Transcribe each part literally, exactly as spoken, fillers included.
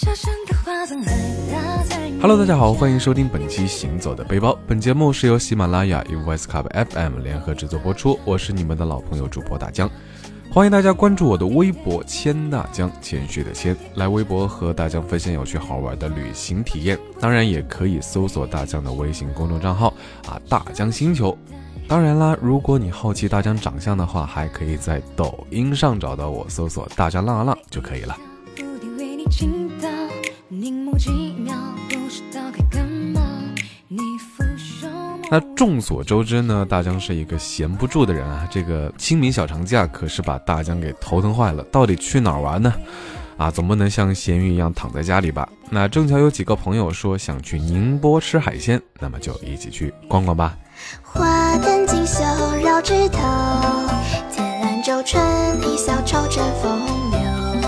Hello， 大家好，欢迎收听本期行走的背包。本节目是由喜马拉雅与 Voice Club F M 联合制作播出，我是你们的老朋友主播大江。欢迎大家关注我的微博谦大江，谦虚的谦，来微博和大江分享有趣好玩的旅行体验。当然也可以搜索大江的微信公众账号啊，大江星球。当然啦，如果你好奇大江长相的话，还可以在抖音上找到我，搜索大江浪啊浪就可以了。那众所周知呢，大江是一个闲不住的人啊，这个清明小长假可是把大江给头疼坏了，到底去哪儿玩呢？啊，总不能像咸鱼一样躺在家里吧？那正巧有几个朋友说想去宁波吃海鲜，那么就一起去逛逛吧。 花灯锦绣绕枝头，天蓝周春一笑愁枕风流。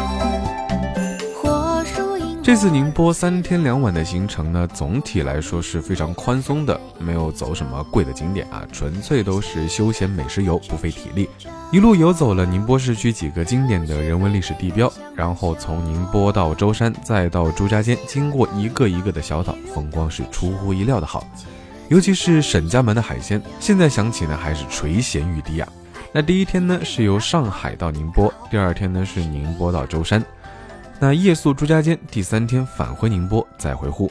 这次宁波三天两晚的行程呢，总体来说是非常宽松的，没有走什么贵的景点啊，纯粹都是休闲美食游，不费体力。一路游走了宁波市区几个经典的人文历史地标，然后从宁波到舟山，再到朱家尖，经过一个一个的小岛，风光是出乎意料的好。尤其是沈家门的海鲜，现在想起呢还是垂涎欲滴啊。那第一天呢是由上海到宁波，第二天呢是宁波到舟山。那夜宿朱家尖，第三天返回宁波，再回沪。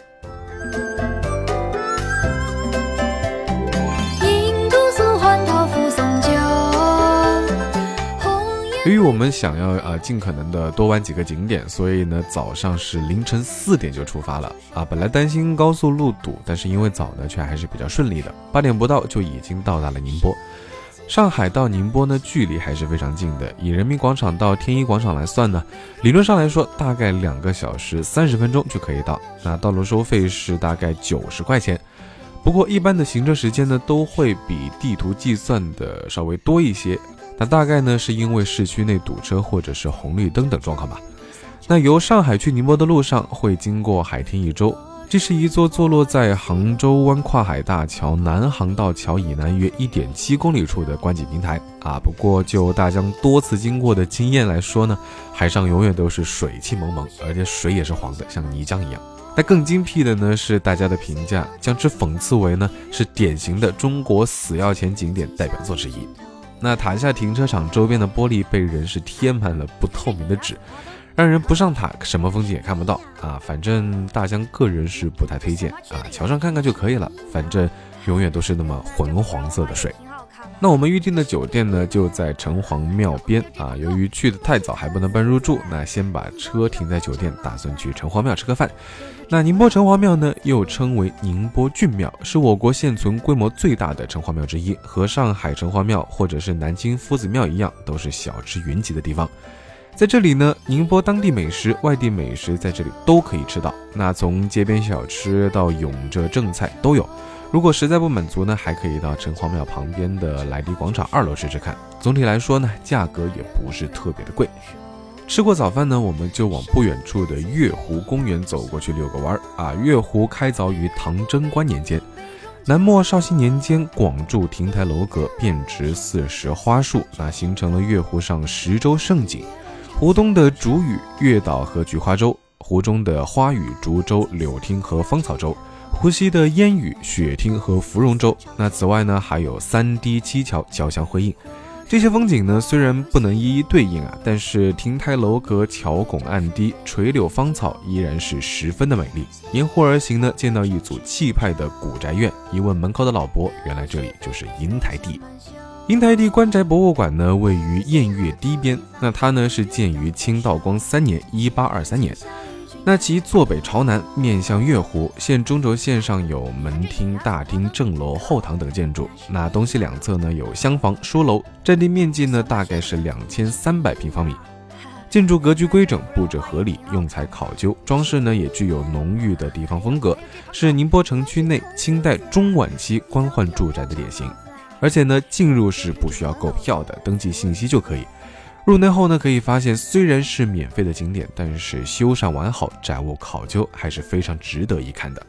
由于我们想要啊尽可能的多玩几个景点，所以呢早上是凌晨四点就出发了啊。本来担心高速路堵，但是因为早呢却还是比较顺利的，八点不到就已经到达了宁波。上海到宁波呢，距离还是非常近的。以人民广场到天一广场来算呢，理论上来说，大概两个小时三十分钟就可以到。那道路收费是大概九十块钱。不过一般的行车时间呢，都会比地图计算的稍微多一些。那大概呢，是因为市区内堵车或者是红绿灯等状况吧。那由上海去宁波的路上会经过海天一洲。这是一座坐落在杭州湾跨海大桥南航道桥以南约 一点七公里处的观景平台啊。不过就大江多次经过的经验来说呢，海上永远都是水汽蒙蒙，而且水也是黄的，像泥浆一样。那更精辟的呢是大家的评价，将之讽刺为呢是典型的中国死要钱景点代表作之一。那塔下停车场周边的玻璃被人是贴满了不透明的纸，让人不上塔什么风景也看不到啊！反正大江个人是不太推荐啊，桥上看看就可以了，反正永远都是那么浑黄色的水。那我们预定的酒店呢就在城隍庙边啊，由于去的太早还不能办入住，那先把车停在酒店，打算去城隍庙吃个饭。那宁波城隍庙呢又称为宁波郡庙，是我国现存规模最大的城隍庙之一，和上海城隍庙或者是南京夫子庙一样，都是小吃云集的地方。在这里呢，宁波当地美食、外地美食在这里都可以吃到。那从街边小吃到永浙正菜都有。如果实在不满足呢，还可以到城隍庙旁边的莱迪广场二楼吃吃看。总体来说呢，价格也不是特别的贵。吃过早饭呢，我们就往不远处的月湖公园走过去遛个弯啊。月湖开凿于唐贞观年间。南末绍兴年间，广筑亭台楼阁，遍植四时花树，那形成了月湖上十洲胜景。湖东的竹屿、月岛和菊花洲，湖中的花屿、竹洲、柳汀和芳草洲，湖西的烟屿、雪汀和芙蓉洲。那此外呢，还有三堤七桥交相辉映。这些风景呢，虽然不能一一对应啊，但是亭台楼阁、桥拱岸堤、垂柳芳草依然是十分的美丽。沿湖而行呢，见到一组气派的古宅院，一问门口的老伯，原来这里就是银台地。银台地官宅博物馆呢，位于偃月堤边。那它呢是建于清道光三年一八二三年。那其坐北朝南，面向月湖，现中轴线上有门厅、大厅、正楼、后堂等建筑。那东西两侧呢有厢房、书楼，占地面积呢大概是两千三百平方米。建筑格局规整，布置合理，用材考究，装饰呢也具有浓郁的地方风格，是宁波城区内清代中晚期官宦住宅的典型。而且呢，进入是不需要购票的，登记信息就可以。入内后呢，可以发现虽然是免费的景点，但是修缮完好，宅物考究，还是非常值得一看的。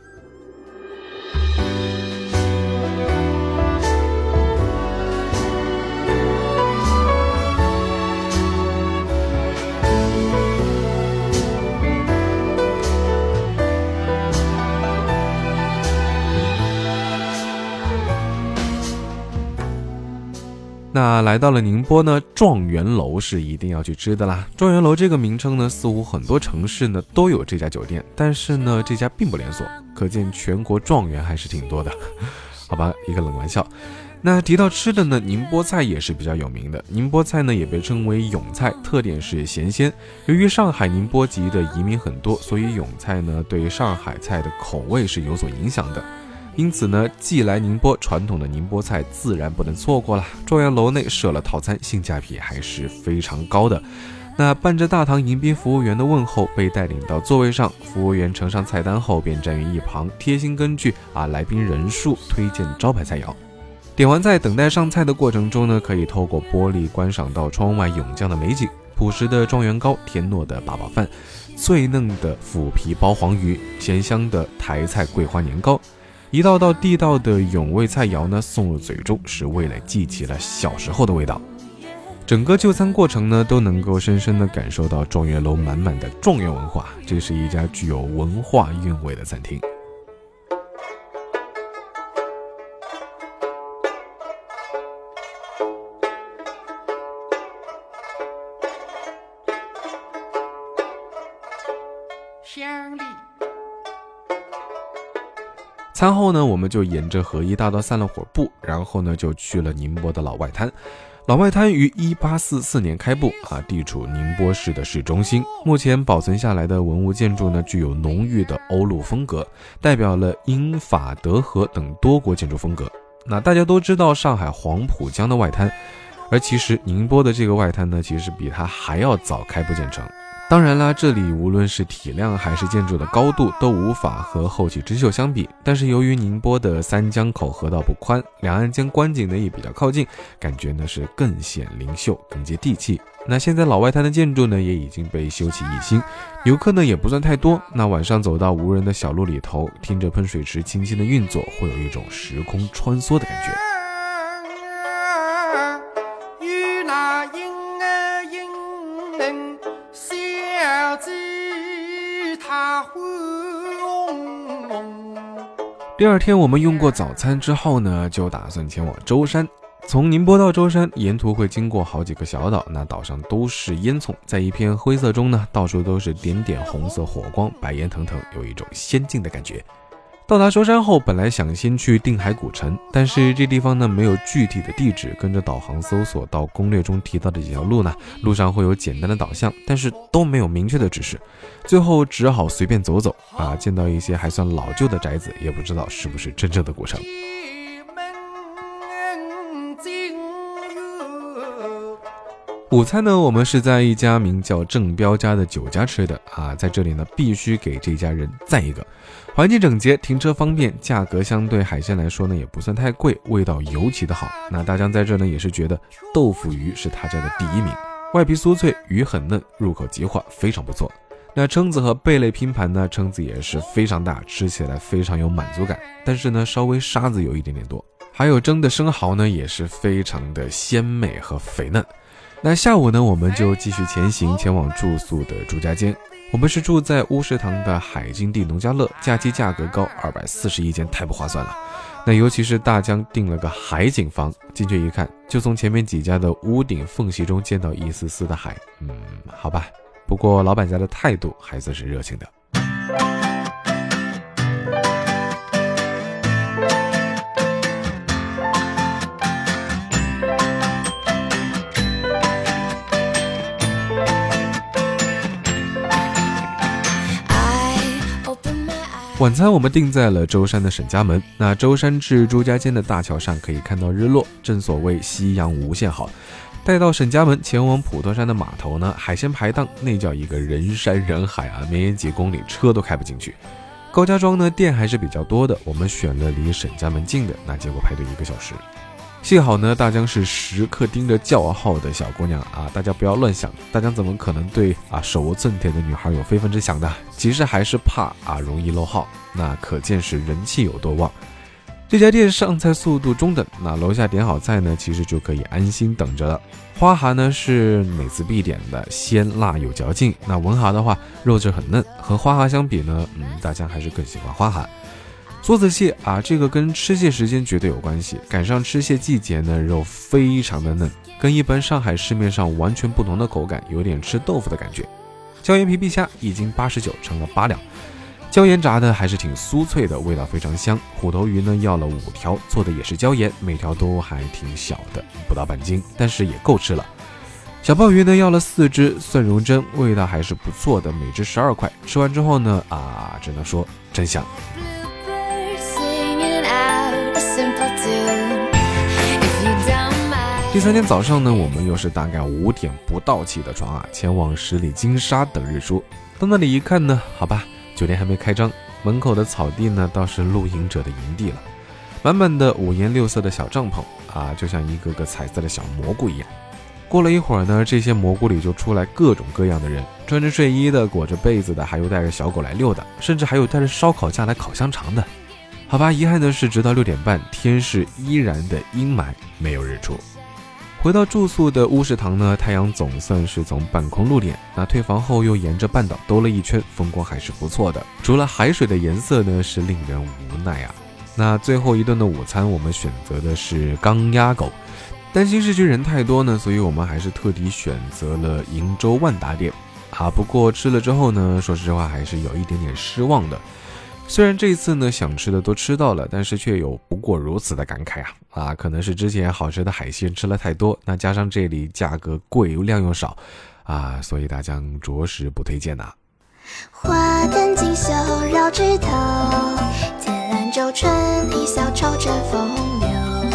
那来到了宁波呢，状元楼是一定要去吃的啦。状元楼这个名称呢，似乎很多城市呢都有这家酒店，但是呢这家并不连锁，可见全国状元还是挺多的。好吧，一个冷玩笑。那提到吃的呢，宁波菜也是比较有名的。宁波菜呢也被称为永菜，特点是咸鲜。由于上海宁波籍的移民很多，所以永菜呢对上海菜的口味是有所影响的。因此呢，既来宁波，传统的宁波菜自然不能错过了。状元楼内设了套餐，性价比还是非常高的。那伴着大堂迎宾服务员的问候，被带领到座位上，服务员呈上菜单后便站于一旁，贴心根据啊来宾人数推荐招牌菜肴。点完菜，等待上菜的过程中呢，可以透过玻璃观赏到窗外涌降的美景，朴实的状元糕，甜糯的粑粑饭，脆嫩的腐皮包黄鱼，咸香的台菜桂花年糕。一道道地道的永味菜肴呢，送入嘴中，使味蕾记起了小时候的味道。整个就餐过程呢，都能够深深地感受到状元楼满满的状元文化。这是一家具有文化韵味的餐厅。餐后呢，我们就沿着合一大道散了会儿步，然后呢就去了宁波的老外滩。老外滩于一八四四年开埠啊，地处宁波市的市中心。目前保存下来的文物建筑呢，具有浓郁的欧陆风格，代表了英法德荷等多国建筑风格。那大家都知道上海黄浦江的外滩，而其实宁波的这个外滩呢，其实比它还要早开埠建成。当然啦，这里无论是体量还是建筑的高度都无法和后起之秀相比，但是由于宁波的三江口河道不宽，两岸间观景呢也比较靠近，感觉呢是更显灵秀，更接地气。那现在老外滩的建筑呢也已经被修葺一新，游客呢也不算太多。那晚上走到无人的小路里头，听着喷水池轻轻的运作，会有一种时空穿梭的感觉。第二天我们用过早餐之后呢，就打算前往舟山。从宁波到舟山，沿途会经过好几个小岛，那岛上都是烟囱，在一片灰色中呢，到处都是点点红色火光，白烟腾腾，有一种仙境的感觉。到达舟山后，本来想先去定海古城，但是这地方呢没有具体的地址，跟着导航搜索到攻略中提到的几条路呢，路上会有简单的导向，但是都没有明确的指示，最后只好随便走走啊，见到一些还算老旧的宅子，也不知道是不是真正的古城。午餐呢，我们是在一家名叫正标家的酒家吃的啊，在这里呢必须给这家人赞一个，环境整洁，停车方便，价格相对海鲜来说呢也不算太贵，味道尤其的好。那大江在这呢也是觉得豆腐鱼是他家的第一名，外皮酥脆，鱼很嫩，入口即化，非常不错。那蛏子和贝类拼盘呢，蛏子也是非常大，吃起来非常有满足感，但是呢稍微沙子有一点点多。还有蒸的生蚝呢也是非常的鲜美和肥嫩。那下午呢，我们就继续前行，前往住宿的住家间。我们是住在乌石塘的海金地农家乐，假期价格高，二百四十一间，太不划算了。那尤其是大江订了个海景房，进去一看，就从前面几家的屋顶缝隙中见到一丝丝的海。嗯，好吧，不过老板家的态度还算是热情的。晚餐我们定在了舟山的沈家门。那舟山至朱家尖的大桥上可以看到日落，正所谓夕阳无限好。待到沈家门前往普陀山的码头呢，海鲜排档那叫一个人山人海啊，绵延几公里，车都开不进去。高家庄呢店还是比较多的，我们选了离沈家门近的，那结果排队一个小时。幸好呢，大江是时刻盯着叫号的小姑娘啊，大家不要乱想，大江怎么可能对啊手握寸铁的女孩有非分之想的？其实还是怕啊容易漏号，那可见是人气有多旺。这家店上菜速度中等，那楼下点好菜呢，其实就可以安心等着了。花蛤呢是每次必点的，鲜辣有嚼劲。那文蛤的话，肉质很嫩，和花蛤相比呢，嗯，大江还是更喜欢花蛤。 梭子蟹啊，这个跟吃蟹时间绝对有关系。赶上吃蟹季节呢，肉非常的嫩，跟一般上海市面上完全不同的口感，有点吃豆腐的感觉。椒盐皮皮虾一斤八十九，成了八两。椒盐炸的还是挺酥脆的，味道非常香。虎头鱼呢要了五条，做的也是椒盐，每条都还挺小的，不到半斤，但是也够吃了。小鲍鱼呢要了四只，蒜蓉蒸，味道还是不错的，每只十二块。吃完之后呢，啊，只能说真香。第三天早上呢，我们又是大概五点不到起的床啊，前往十里金沙等日出。到那里一看呢，好吧，酒店还没开张，门口的草地呢倒是露营者的营地了，满满的五颜六色的小帐篷啊，就像一个个彩色的小蘑菇一样。过了一会儿呢，这些蘑菇里就出来各种各样的人，穿着睡衣的，裹着被子的，还有带着小狗来遛的，甚至还有带着烧烤架来烤香肠的。好吧，遗憾的是直到六点半，天是依然的阴霾，没有日出。回到住宿的乌石塘呢，太阳总算是从半空露脸，那退房后又沿着半岛兜了一圈，风光还是不错的，除了海水的颜色呢是令人无奈啊。那最后一顿的午餐我们选择的是缸鸭狗，担心市区人太多呢，所以我们还是特地选择了鄞州万达店啊。不过吃了之后呢，说实话还是有一点点失望的。虽然这一次呢想吃的都吃到了，但是却有不过如此的感慨啊啊！可能是之前好吃的海鲜吃了太多，那加上这里价格贵量又少啊，所以大家着实不推荐呐、啊。 花灯锦绣绕枝头，天蓝周春一笑愁着风流。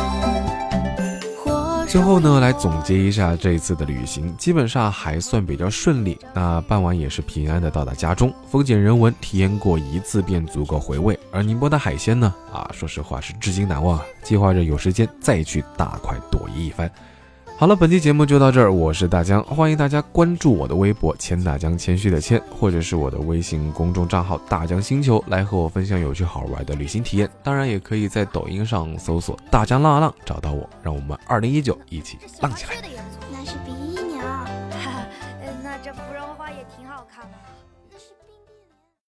最后呢，来总结一下这一次的旅行，基本上还算比较顺利。那傍晚也是平安的到达家中，风景人文体验过一次便足够回味。而宁波的海鲜呢，啊，说实话是至今难忘啊，计划着有时间再去大快朵颐一番。好了，本期节目就到这儿，我是大江，欢迎大家关注我的微博谦大江，谦虚的谦，或者是我的微信公众账号大江星球，来和我分享有趣好玩的旅行体验。当然也可以在抖音上搜索大江浪啊浪找到我，让我们二零一九一起浪起来。 那是比翼鸟， 那这芙蓉花也挺好看的。